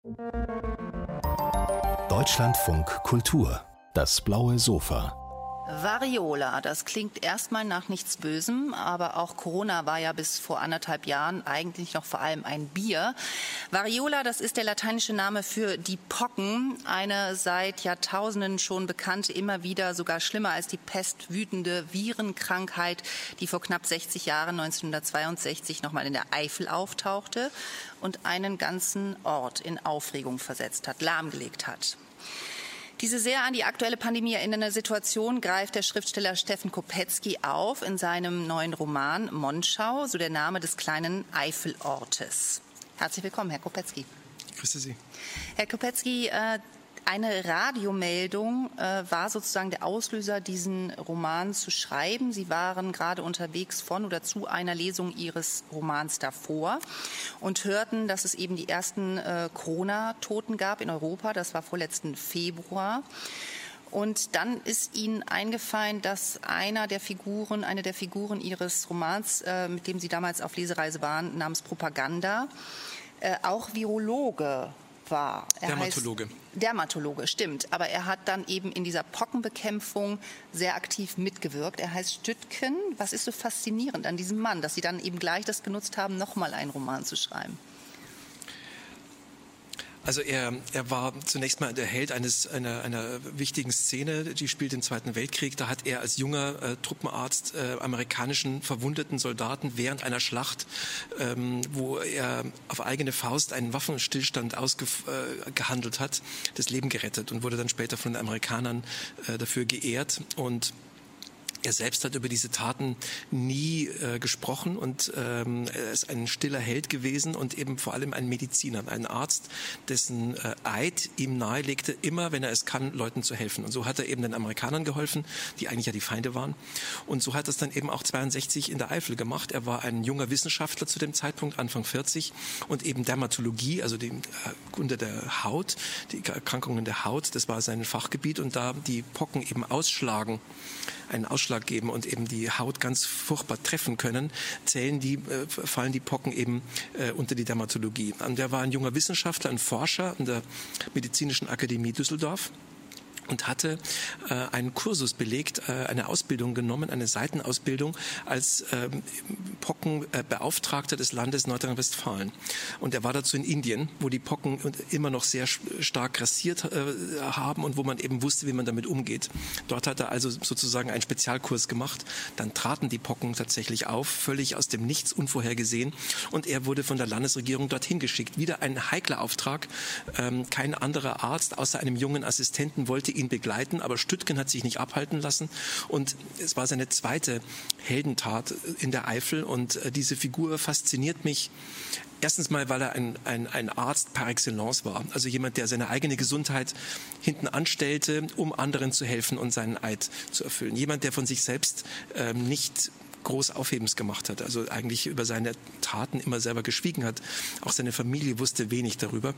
Deutschlandfunk Kultur, das blaue Sofa. Variola, das klingt erstmal nach nichts Bösem, aber auch Corona war ja bis vor 1,5 Jahren eigentlich noch vor allem ein Bier. Variola, das ist der lateinische Name für die Pocken, eine seit Jahrtausenden schon bekannte, immer wieder sogar schlimmer als die Pest wütende Virenkrankheit, die vor knapp 60 Jahren 1962 nochmal in der Eifel auftauchte und einen ganzen Ort in Aufregung versetzt hat, lahmgelegt hat. Diese sehr an die aktuelle Pandemie erinnernde Situation greift der Schriftsteller Steffen Kopetzky auf in seinem neuen Roman Monschau, so der Name des kleinen Eifelortes. Herzlich willkommen, Herr Kopetzky. Ich grüße Sie. Herr Kopetzky, eine Radiomeldung war sozusagen der Auslöser, diesen Roman zu schreiben. Sie waren gerade unterwegs von oder zu einer Lesung Ihres Romans davor und hörten, dass es eben die ersten Corona-Toten gab in Europa. Das war vorletzten Februar. Und dann ist Ihnen eingefallen, dass eine der Figuren Ihres Romans, mit dem Sie damals auf Lesereise waren, namens Propaganda, auch Virologe war. Dermatologe, stimmt. Aber er hat dann eben in dieser Pockenbekämpfung sehr aktiv mitgewirkt. Er heißt Stüttgen. Was ist so faszinierend an diesem Mann, dass Sie dann eben gleich das genutzt haben, nochmal einen Roman zu schreiben? Also er war zunächst mal der Held einer wichtigen Szene, die spielt im Zweiten Weltkrieg. Da hat er als junger Truppenarzt amerikanischen verwundeten Soldaten während einer Schlacht, wo er auf eigene Faust einen Waffenstillstand ausgehandelt hat, das Leben gerettet und wurde dann später von den Amerikanern dafür geehrt. Und er selbst hat über diese Taten nie gesprochen und er ist ein stiller Held gewesen und eben vor allem ein Mediziner, ein Arzt, dessen Eid ihm nahelegte, immer, wenn er es kann, Leuten zu helfen. Und so hat er eben den Amerikanern geholfen, die eigentlich ja die Feinde waren. Und so hat er es dann eben auch 62 in der Eifel gemacht. Er war ein junger Wissenschaftler zu dem Zeitpunkt, Anfang 40, und eben Dermatologie, also die Kunde der Haut, die Erkrankungen der Haut, das war sein Fachgebiet. Und da die Pocken eben einen Ausschlag geben und eben die Haut ganz furchtbar treffen können, fallen die Pocken eben unter die Dermatologie. Und der war ein junger Wissenschaftler, ein Forscher an der Medizinischen Akademie Düsseldorf und hatte einen Kursus belegt, eine Ausbildung genommen, eine Seitenausbildung als Pockenbeauftragter des Landes Nordrhein-Westfalen. Und er war dazu in Indien, wo die Pocken immer noch sehr stark grassiert haben und wo man eben wusste, wie man damit umgeht. Dort hat er also sozusagen einen Spezialkurs gemacht. Dann traten die Pocken tatsächlich auf, völlig aus dem Nichts, unvorhergesehen. Und er wurde von der Landesregierung dorthin geschickt. Wieder ein heikler Auftrag. Kein anderer Arzt außer einem jungen Assistenten wollte ihn begleiten, aber Stüttgen hat sich nicht abhalten lassen und es war seine zweite Heldentat in der Eifel und diese Figur fasziniert mich. Erstens mal, weil er ein Arzt par excellence war, also jemand, der seine eigene Gesundheit hinten anstellte, um anderen zu helfen und seinen Eid zu erfüllen. Jemand, der von sich selbst nicht groß Aufhebens gemacht hat, also eigentlich über seine Taten immer selber geschwiegen hat. Auch seine Familie wusste wenig darüber.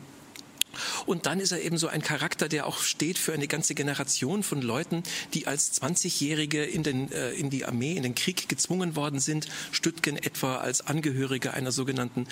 Und dann ist er eben so ein Charakter, der auch steht für eine ganze Generation von Leuten, die als 20-Jährige in die Armee, in den Krieg gezwungen worden sind. Stüttgen etwa als Angehöriger einer sogenannten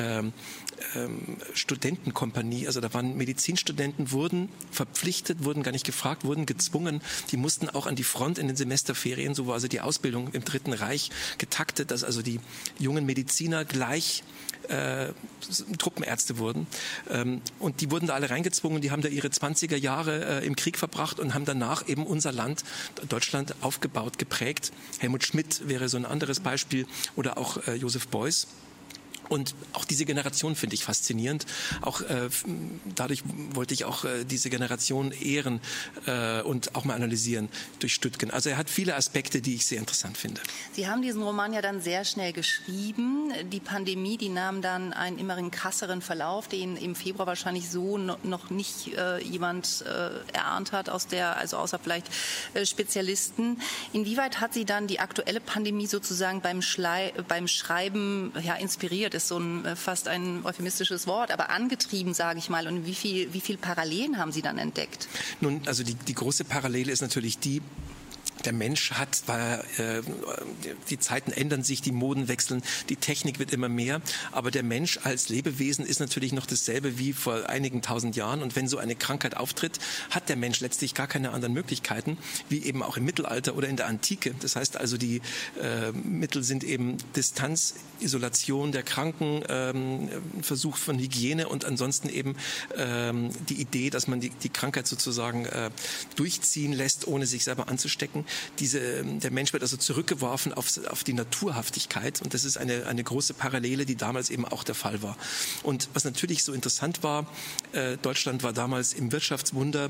Studentenkompanie. Also da waren Medizinstudenten, wurden verpflichtet, wurden gar nicht gefragt, wurden gezwungen. Die mussten auch an die Front in den Semesterferien. So war also die Ausbildung im Dritten Reich getaktet, dass also die jungen Mediziner gleich Truppenärzte wurden. Und die wurden da alle reingezwungen, die haben da ihre 20er Jahre im Krieg verbracht und haben danach eben unser Land, Deutschland, aufgebaut, geprägt. Helmut Schmidt wäre so ein anderes Beispiel oder auch Josef Beuys. Und auch diese Generation finde ich faszinierend. Auch dadurch wollte ich auch diese Generation ehren und auch mal analysieren durch Stüttgen. Also er hat viele Aspekte, die ich sehr interessant finde. Sie haben diesen Roman ja dann sehr schnell geschrieben. Die Pandemie, die nahm dann einen immer krasseren Verlauf, den im Februar wahrscheinlich so noch nicht jemand erahnt hat, außer vielleicht Spezialisten. Inwieweit hat Sie dann die aktuelle Pandemie sozusagen beim Schreiben inspiriert? Ist fast ein euphemistisches Wort, aber angetrieben, sage ich mal. Und wie viel Parallelen haben Sie dann entdeckt? Nun, also die große Parallele ist natürlich die, Der Mensch die Zeiten ändern sich, die Moden wechseln, die Technik wird immer mehr, aber der Mensch als Lebewesen ist natürlich noch dasselbe wie vor einigen tausend Jahren, und wenn so eine Krankheit auftritt, hat der Mensch letztlich gar keine anderen Möglichkeiten, wie eben auch im Mittelalter oder in der Antike. Das heißt also, die Mittel sind eben Distanz, Isolation der Kranken, Versuch von Hygiene und ansonsten eben die Idee, dass man die Krankheit sozusagen durchziehen lässt, ohne sich selber anzustecken. Der Mensch wird also zurückgeworfen auf die Naturhaftigkeit, und das ist eine große Parallele, die damals eben auch der Fall war. Und was natürlich so interessant war, Deutschland war damals im Wirtschaftswunder,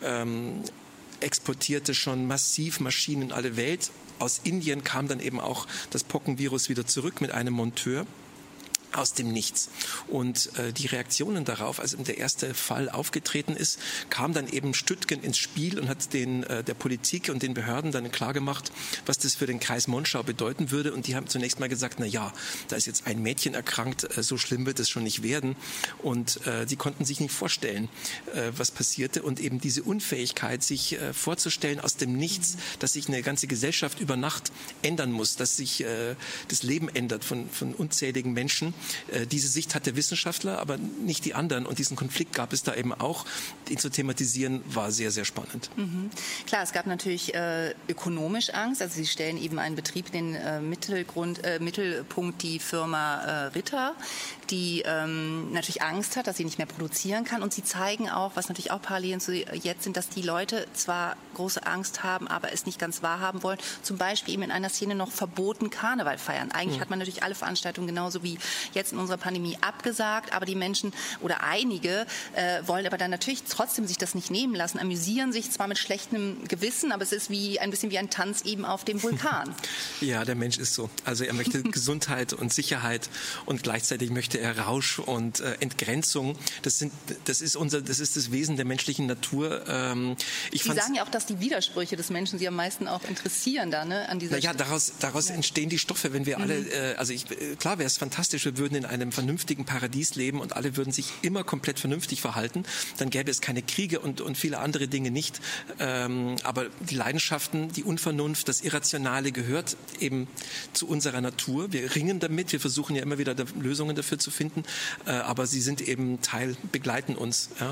exportierte schon massiv Maschinen in alle Welt. Aus Indien kam dann eben auch das Pockenvirus wieder zurück mit einem Monteur aus dem Nichts. Und die Reaktionen darauf, als der erste Fall aufgetreten ist, kam dann eben Stüttgen ins Spiel und hat der Politik und den Behörden dann klargemacht, was das für den Kreis Monschau bedeuten würde. Und die haben zunächst mal gesagt, na ja, da ist jetzt ein Mädchen erkrankt, so schlimm wird es schon nicht werden. Und die konnten sich nicht vorstellen, was passierte. Und eben diese Unfähigkeit, sich vorzustellen aus dem Nichts, dass sich eine ganze Gesellschaft über Nacht ändern muss, dass sich das Leben ändert von unzähligen Menschen. Diese Sicht hat der Wissenschaftler, aber nicht die anderen. Und diesen Konflikt gab es da eben auch. Ihn zu thematisieren war sehr, sehr spannend. Mhm. Klar, es gab natürlich ökonomisch Angst. Also Sie stellen eben einen Betrieb in den Mittelpunkt die Firma Ritter, die natürlich Angst hat, dass sie nicht mehr produzieren kann. Und Sie zeigen auch, was natürlich auch Parallelen zu jetzt sind, dass die Leute zwar große Angst haben, aber es nicht ganz wahrhaben wollen. Zum Beispiel eben in einer Szene noch verboten Karneval feiern. Eigentlich hat man natürlich alle Veranstaltungen genauso wie jetzt in unserer Pandemie abgesagt, aber die Menschen oder einige wollen aber dann natürlich trotzdem sich das nicht nehmen lassen, amüsieren sich zwar mit schlechtem Gewissen, aber es ist ein bisschen wie ein Tanz eben auf dem Vulkan. Ja, der Mensch ist so. Also er möchte Gesundheit und Sicherheit und gleichzeitig möchte er Rausch und Entgrenzung. Das ist das Wesen der menschlichen Natur. Sie sagen ja auch, dass die Widersprüche des Menschen Sie am meisten auch interessieren da, ne, an dieser Stelle. Daraus entstehen die Stoffe, wenn wir alle, klar wäre es fantastisch, wir würden in einem vernünftigen Paradies leben und alle würden sich immer komplett vernünftig verhalten, dann gäbe es keine Kriege und viele andere Dinge nicht. Aber die Leidenschaften, die Unvernunft, das Irrationale gehört eben zu unserer Natur. Wir ringen damit, wir versuchen ja immer wieder Lösungen dafür zu finden, aber sie sind eben begleiten uns. Ja.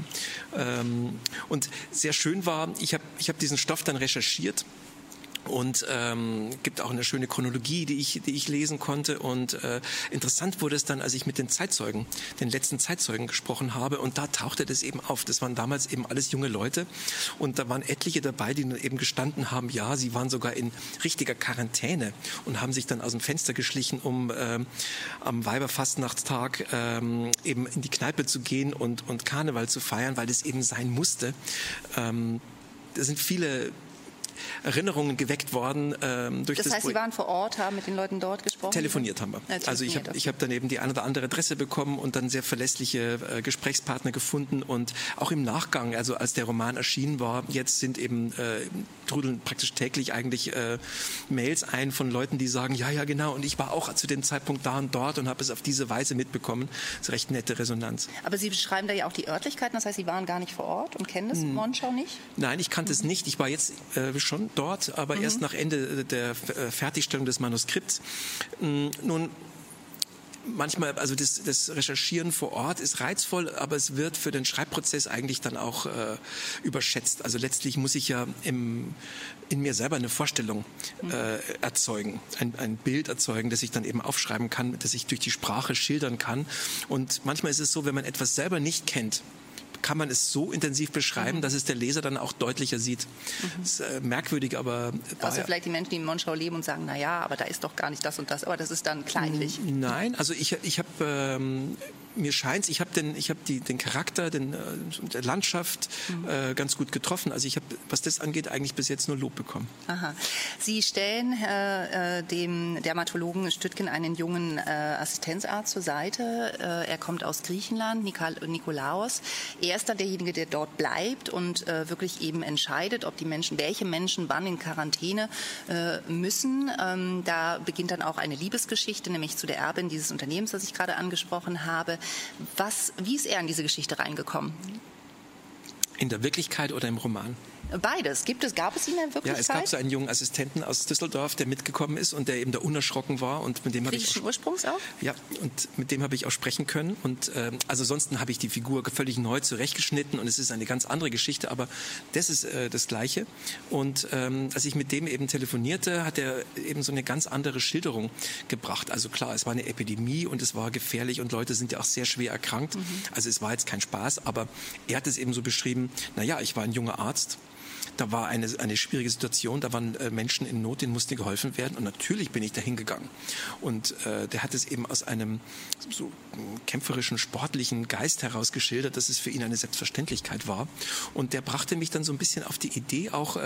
Und sehr schön war, ich hab diesen Stoff dann recherchiert. Und gibt auch eine schöne Chronologie, die ich lesen konnte. Und interessant wurde es dann, als ich mit den letzten Zeitzeugen gesprochen habe. Und da tauchte das eben auf. Das waren damals eben alles junge Leute. Und da waren etliche dabei, die eben gestanden haben, ja, sie waren sogar in richtiger Quarantäne und haben sich dann aus dem Fenster geschlichen, um am Weiberfastnachtstag eben in die Kneipe zu gehen und Karneval zu feiern, weil das eben sein musste. Da sind viele Erinnerungen geweckt worden durch das. Das heißt, Sie waren vor Ort, haben mit den Leuten dort gesprochen? Telefoniert haben wir. Also ich habe dann eben die eine oder andere Adresse bekommen und dann sehr verlässliche Gesprächspartner gefunden. Und auch im Nachgang, also als der Roman erschienen war, jetzt sind eben trudeln praktisch täglich eigentlich Mails ein von Leuten, die sagen, ja genau, und ich war auch zu dem Zeitpunkt da und dort und habe es auf diese Weise mitbekommen. Das ist recht nette Resonanz. Aber Sie beschreiben da ja auch die Örtlichkeiten, das heißt, Sie waren gar nicht vor Ort und kennen das Monschau nicht? Nein, ich kannte es nicht. Ich war jetzt schon dort, aber erst nach Ende der Fertigstellung des Manuskripts. Nun, manchmal, also das Recherchieren vor Ort ist reizvoll, aber es wird für den Schreibprozess eigentlich dann auch überschätzt. Also letztlich muss ich ja in mir selber eine Vorstellung erzeugen, ein Bild erzeugen, das ich dann eben aufschreiben kann, das ich durch die Sprache schildern kann. Und manchmal ist es so, wenn man etwas selber nicht kennt, kann man es so intensiv beschreiben, dass es der Leser dann auch deutlicher sieht. Das ist merkwürdig, aber... Also vielleicht die Menschen, die in Monschau leben und sagen, na ja, aber da ist doch gar nicht das und das, aber das ist dann kleinlich. Nein, also ich habe... Mir scheint's, ich habe den Charakter, der Landschaft ganz gut getroffen. Also ich habe, was das angeht, eigentlich bis jetzt nur Lob bekommen. Aha. Sie stellen dem Dermatologen Stüttgen einen jungen Assistenzarzt zur Seite. Er kommt aus Griechenland, Nikolaos. Er ist dann derjenige, der dort bleibt und wirklich eben entscheidet, ob welche Menschen wann in Quarantäne müssen. Da beginnt dann auch eine Liebesgeschichte, nämlich zu der Erbin dieses Unternehmens, das ich gerade angesprochen habe. Wie ist er in diese Geschichte reingekommen? In der Wirklichkeit oder im Roman? Beides. Gab es ihn in Wirklichkeit? Ja, es gab so einen jungen Assistenten aus Düsseldorf, der mitgekommen ist und der eben da unerschrocken war. Und mit dem habe ich Ursprungs auch? Ja, und mit dem habe ich auch sprechen können. Und also ansonsten habe ich die Figur völlig neu zurechtgeschnitten und es ist eine ganz andere Geschichte, aber das ist das Gleiche. Und als ich mit dem eben telefonierte, hat er eben so eine ganz andere Schilderung gebracht. Also klar, es war eine Epidemie und es war gefährlich und Leute sind ja auch sehr schwer erkrankt. Also es war jetzt kein Spaß, aber er hat es eben so beschrieben, naja, ich war ein junger Arzt. Da war eine schwierige Situation, da waren Menschen in Not, denen musste geholfen werden und natürlich bin ich da hingegangen. Und der hat es eben aus einem so kämpferischen, sportlichen Geist heraus geschildert, dass es für ihn eine Selbstverständlichkeit war. Und der brachte mich dann so ein bisschen auf die Idee, auch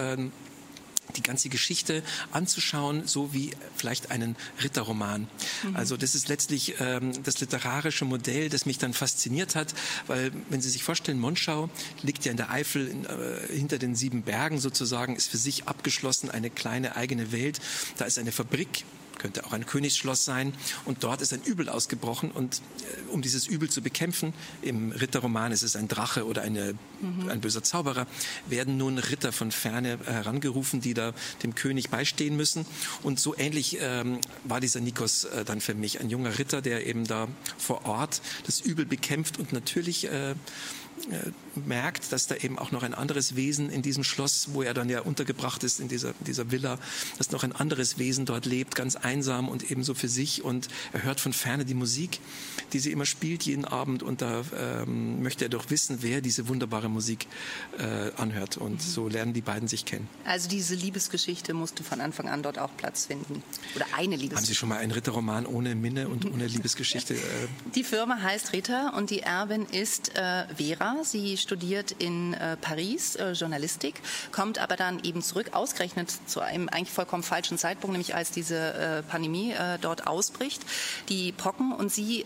die ganze Geschichte anzuschauen, so wie vielleicht einen Ritterroman. Also das ist letztlich das literarische Modell, das mich dann fasziniert hat, weil, wenn Sie sich vorstellen, Monschau liegt ja in der Eifel hinter den 7 Bergen sozusagen, ist für sich abgeschlossen, eine kleine eigene Welt. Da ist eine Fabrik, könnte auch ein Königsschloss sein. Und dort ist ein Übel ausgebrochen. Und um dieses Übel zu bekämpfen, im Ritterroman ist es ein Drache oder ein böser Zauberer, werden nun Ritter von Ferne herangerufen, die da dem König beistehen müssen. Und so ähnlich war dieser Nikos dann für mich. Ein junger Ritter, der eben da vor Ort das Übel bekämpft und natürlich merkt, dass da eben auch noch ein anderes Wesen in diesem Schloss, wo er dann ja untergebracht ist, in dieser Villa, dass noch ein anderes Wesen dort lebt, ganz einsam und ebenso für sich. Und er hört von Ferne die Musik, die sie immer spielt jeden Abend. Und da möchte er doch wissen, wer diese wunderbare Musik anhört. Und so lernen die beiden sich kennen. Also diese Liebesgeschichte musste von Anfang an dort auch Platz finden. Oder eine Liebesgeschichte. Haben Sie schon mal einen Ritterroman ohne Minne und ohne Liebesgeschichte? Die Firma heißt Ritter und die Erbin ist Vera. Sie studiert in Paris Journalistik, kommt aber dann eben zurück, ausgerechnet zu einem eigentlich vollkommen falschen Zeitpunkt, nämlich als diese Pandemie dort ausbricht, die Pocken, und sie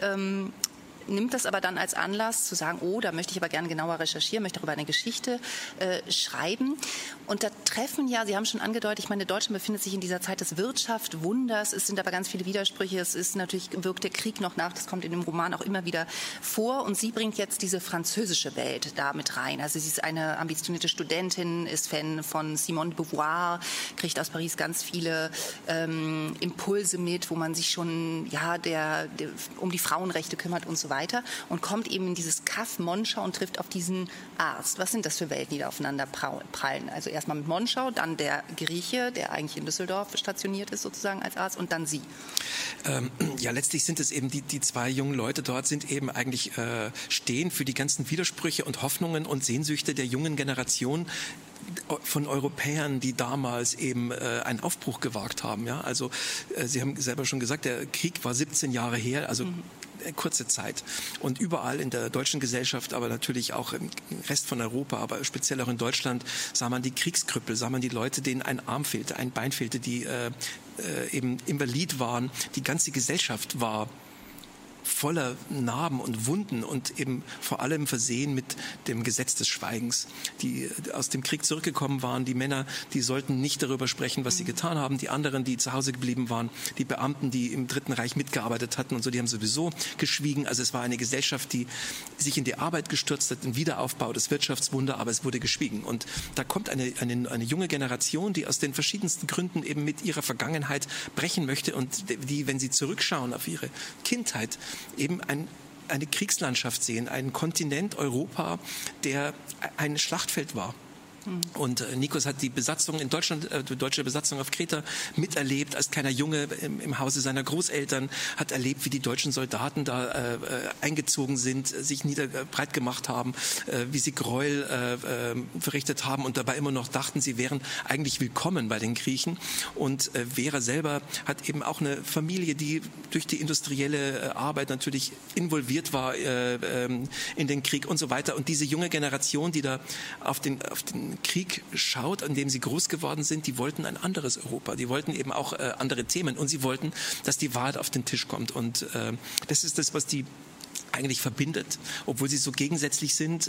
nimmt das aber dann als Anlass zu sagen, oh, da möchte ich aber gerne genauer recherchieren, möchte darüber eine Geschichte schreiben. Und da treffen ja, Sie haben schon angedeutet, ich meine, Deutschland befindet sich in dieser Zeit des Wirtschaftswunders, es sind aber ganz viele Widersprüche, es ist natürlich, wirkt der Krieg noch nach, das kommt in dem Roman auch immer wieder vor, und sie bringt jetzt diese französische Welt da mit rein. Also sie ist eine ambitionierte Studentin, ist Fan von Simone de Beauvoir, kriegt aus Paris ganz viele Impulse mit, wo man sich schon um die Frauenrechte kümmert und so weiter, und kommt eben in dieses Kaff Monschau und trifft auf diesen Arzt. Was sind das für Welten, die da aufeinander prallen? Also erstmal mit Monschau, dann der Grieche, der eigentlich in Düsseldorf stationiert ist sozusagen als Arzt, und dann Sie. Ja, letztlich sind es eben die 2 jungen Leute dort, sind eben eigentlich stehen für die ganzen Widersprüche und Hoffnungen und Sehnsüchte der jungen Generation von Europäern, die damals eben einen Aufbruch gewagt haben. Ja? Also Sie haben selber schon gesagt, der Krieg war 17 Jahre her, also kurze Zeit. Und überall in der deutschen Gesellschaft, aber natürlich auch im Rest von Europa, aber speziell auch in Deutschland, sah man die Kriegskrüppel, sah man die Leute, denen ein Arm fehlte, ein Bein fehlte, die eben invalid waren. Die ganze Gesellschaft war voller Narben und Wunden und eben vor allem versehen mit dem Gesetz des Schweigens. Die aus dem Krieg zurückgekommen waren, die Männer, die sollten nicht darüber sprechen, was sie getan haben. Die anderen, die zu Hause geblieben waren, die Beamten, die im Dritten Reich mitgearbeitet hatten und so, die haben sowieso geschwiegen. Also es war eine Gesellschaft, die sich in die Arbeit gestürzt hat, den Wiederaufbau, das Wirtschaftswunder, aber es wurde geschwiegen. Und da kommt eine junge Generation, die aus den verschiedensten Gründen eben mit ihrer Vergangenheit brechen möchte und die, wenn sie zurückschauen auf ihre Kindheit, eben eine Kriegslandschaft sehen, einen Kontinent Europa, der ein Schlachtfeld war. Und Nikos hat die Besatzung in Deutschland, die deutsche Besatzung auf Kreta miterlebt, als kleiner Junge im Hause seiner Großeltern, hat erlebt, wie die deutschen Soldaten da eingezogen sind, sich breit gemacht haben, wie sie Gräuel verrichtet haben und dabei immer noch dachten, sie wären eigentlich willkommen bei den Griechen. Und Vera selber hat eben auch eine Familie, die durch die industrielle Arbeit natürlich involviert war in den Krieg und so weiter. Und diese junge Generation, die da auf den Krieg schaut, an dem sie groß geworden sind, die wollten ein anderes Europa. Die wollten eben auch andere Themen und sie wollten, dass die Wahrheit auf den Tisch kommt. Und das ist das, was die eigentlich verbindet, obwohl sie so gegensätzlich sind,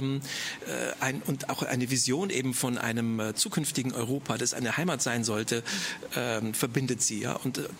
und auch eine Vision eben von einem zukünftigen Europa, das eine Heimat sein sollte, verbindet sie. Ja? Und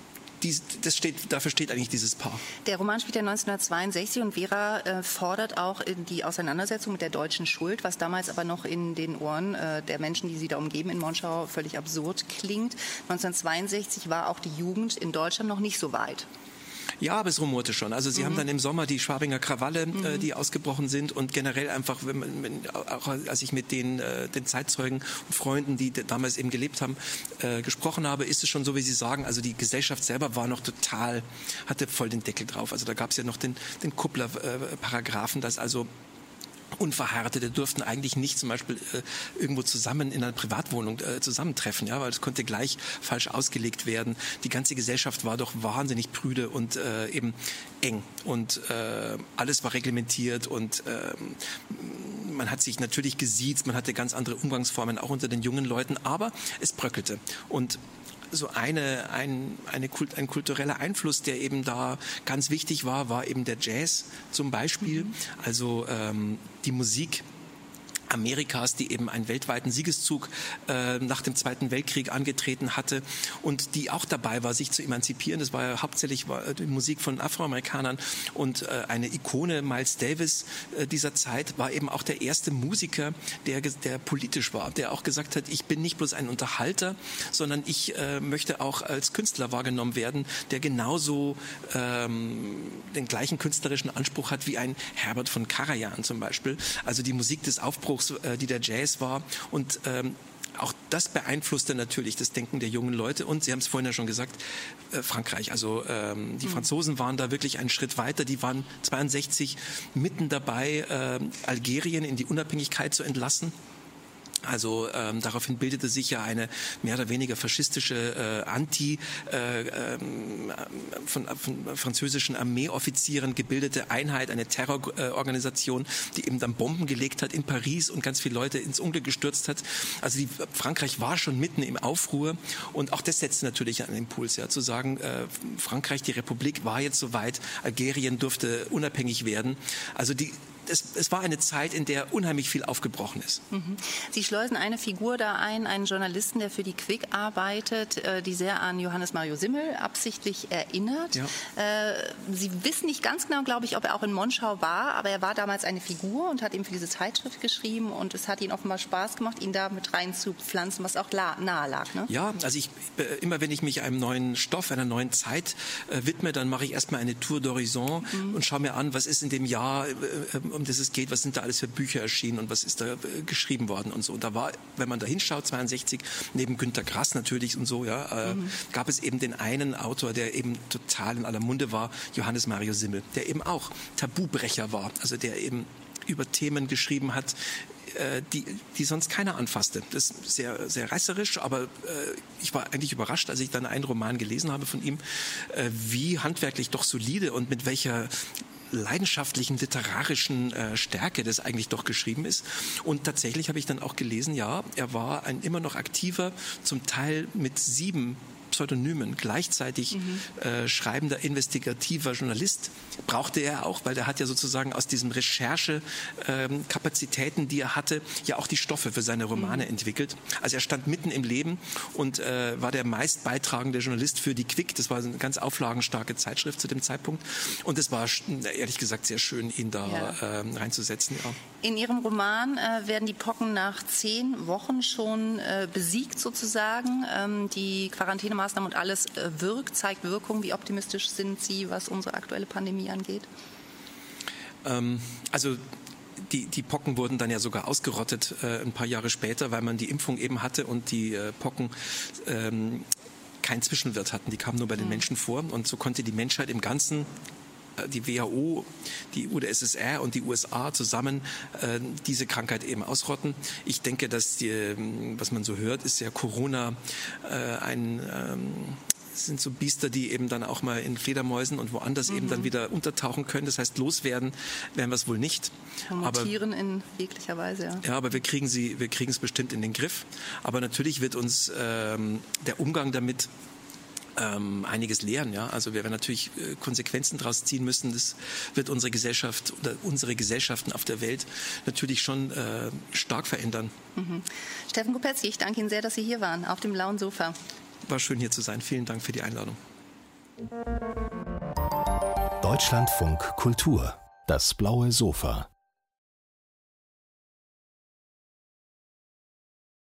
dafür steht eigentlich dieses Paar. Der Roman spielt ja 1962 und Vera fordert auch die Auseinandersetzung mit der deutschen Schuld, was damals aber noch in den Ohren der Menschen, die sie da umgeben in Monschau, völlig absurd klingt. 1962 war auch die Jugend in Deutschland noch nicht so weit. Ja, aber es rumorte schon. Also Sie haben dann im Sommer die Schwabinger Krawalle, die ausgebrochen sind, und generell einfach, auch als ich mit den Zeitzeugen und Freunden, die damals eben gelebt haben, gesprochen habe, ist es schon so, wie Sie sagen, also die Gesellschaft selber war noch hatte voll den Deckel drauf. Also da gab es ja noch den Kuppler-Paragraphen, dass also Unverheiratete durften eigentlich nicht zum Beispiel irgendwo zusammen in einer Privatwohnung zusammentreffen, ja, weil es konnte gleich falsch ausgelegt werden. Die ganze Gesellschaft war doch wahnsinnig prüde und eben eng und alles war reglementiert und man hat sich natürlich gesiezt, man hatte ganz andere Umgangsformen auch unter den jungen Leuten, aber es bröckelte und so ein kultureller Einfluss, der eben da ganz wichtig war eben der Jazz zum Beispiel. Also die Musik Amerikas, die eben einen weltweiten Siegeszug nach dem Zweiten Weltkrieg angetreten hatte und die auch dabei war, sich zu emanzipieren. Das war ja hauptsächlich die Musik von Afroamerikanern und eine Ikone, Miles Davis dieser Zeit, war eben auch der erste Musiker, der politisch war, der auch gesagt hat, ich bin nicht bloß ein Unterhalter, sondern ich möchte auch als Künstler wahrgenommen werden, der genauso den gleichen künstlerischen Anspruch hat wie ein Herbert von Karajan zum Beispiel. Also die Musik des Aufbruchs, die der Jazz war und auch das beeinflusste natürlich das Denken der jungen Leute und Sie haben es vorhin ja schon gesagt, Frankreich, also die Franzosen waren da wirklich einen Schritt weiter, die waren 62 mitten dabei, Algerien in die Unabhängigkeit zu entlassen. Also daraufhin bildete sich ja eine mehr oder weniger faschistische von französischen Armeeoffizieren gebildete Einheit, eine Terrororganisation, die eben dann Bomben gelegt hat in Paris und ganz viele Leute ins Unglück gestürzt hat. Also Frankreich war schon mitten im Aufruhr und auch das setzte natürlich einen Impuls, ja, zu sagen, Frankreich, die Republik war jetzt soweit, Algerien durfte unabhängig werden. Also es war eine Zeit, in der unheimlich viel aufgebrochen ist. Sie schleusen eine Figur da ein, einen Journalisten, der für die Quick arbeitet, die sehr an Johannes Mario Simmel absichtlich erinnert. Ja. Sie wissen nicht ganz genau, glaube ich, ob er auch in Monschau war, aber er war damals eine Figur und hat eben für diese Zeitschrift geschrieben und es hat ihm offenbar Spaß gemacht, ihn da mit reinzupflanzen, was auch nahe lag. Ne? Ja, also immer wenn ich mich einem neuen Stoff, einer neuen Zeit widme, dann mache ich erstmal eine Tour d'Horizon und schaue mir an, was ist in dem Jahr, um das es geht, was sind da alles für Bücher erschienen und was ist da geschrieben worden und so. Und da war, wenn man da hinschaut, 62, neben Günter Grass natürlich und so, ja, gab es eben den einen Autor, der eben total in aller Munde war, Johannes Mario Simmel, der eben auch Tabubrecher war, also der eben über Themen geschrieben hat, die sonst keiner anfasste. Das ist sehr, sehr reißerisch, aber ich war eigentlich überrascht, als ich dann einen Roman gelesen habe von ihm, wie handwerklich doch solide und mit welcher leidenschaftlichen literarischen Stärke das eigentlich doch geschrieben ist. Und tatsächlich habe ich dann auch gelesen, ja, er war ein immer noch aktiver, zum Teil mit 7 Pseudonymen gleichzeitig schreibender, investigativer Journalist brauchte er auch, weil er hat ja sozusagen aus diesen Recherchekapazitäten, die er hatte, ja auch die Stoffe für seine Romane entwickelt. Also er stand mitten im Leben und war der meist beitragende Journalist für die Quick. Das war eine ganz auflagenstarke Zeitschrift zu dem Zeitpunkt. Und es war ehrlich gesagt sehr schön, ihn da reinzusetzen. Ja. In Ihrem Roman werden die Pocken nach 10 Wochen schon besiegt sozusagen. Die Quarantänemaßnahmen und alles zeigt Wirkung. Wie optimistisch sind Sie, was unsere aktuelle Pandemie angeht? Also die Pocken wurden dann ja sogar ausgerottet ein paar Jahre später, weil man die Impfung eben hatte und die Pocken keinen Zwischenwirt hatten. Die kamen nur bei den Menschen vor und so konnte die Menschheit im Ganzen, die WHO, die UdSSR und die USA zusammen diese Krankheit eben ausrotten. Ich denke, dass was man so hört, ist ja Corona sind so Biester, die eben dann auch mal in Fledermäusen und woanders eben dann wieder untertauchen können. Das heißt, loswerden werden wir es wohl nicht. Mutieren in jeglicher Weise, ja. Ja, aber wir kriegen es bestimmt in den Griff. Aber natürlich wird uns der Umgang damit einiges lehren, ja. Also wir werden natürlich Konsequenzen daraus ziehen müssen. Das wird unsere Gesellschaft oder unsere Gesellschaften auf der Welt natürlich schon stark verändern. Steffen Kopetzky, ich danke Ihnen sehr, dass Sie hier waren, auf dem blauen Sofa. War schön, hier zu sein. Vielen Dank für die Einladung. Deutschlandfunk Kultur, das blaue Sofa.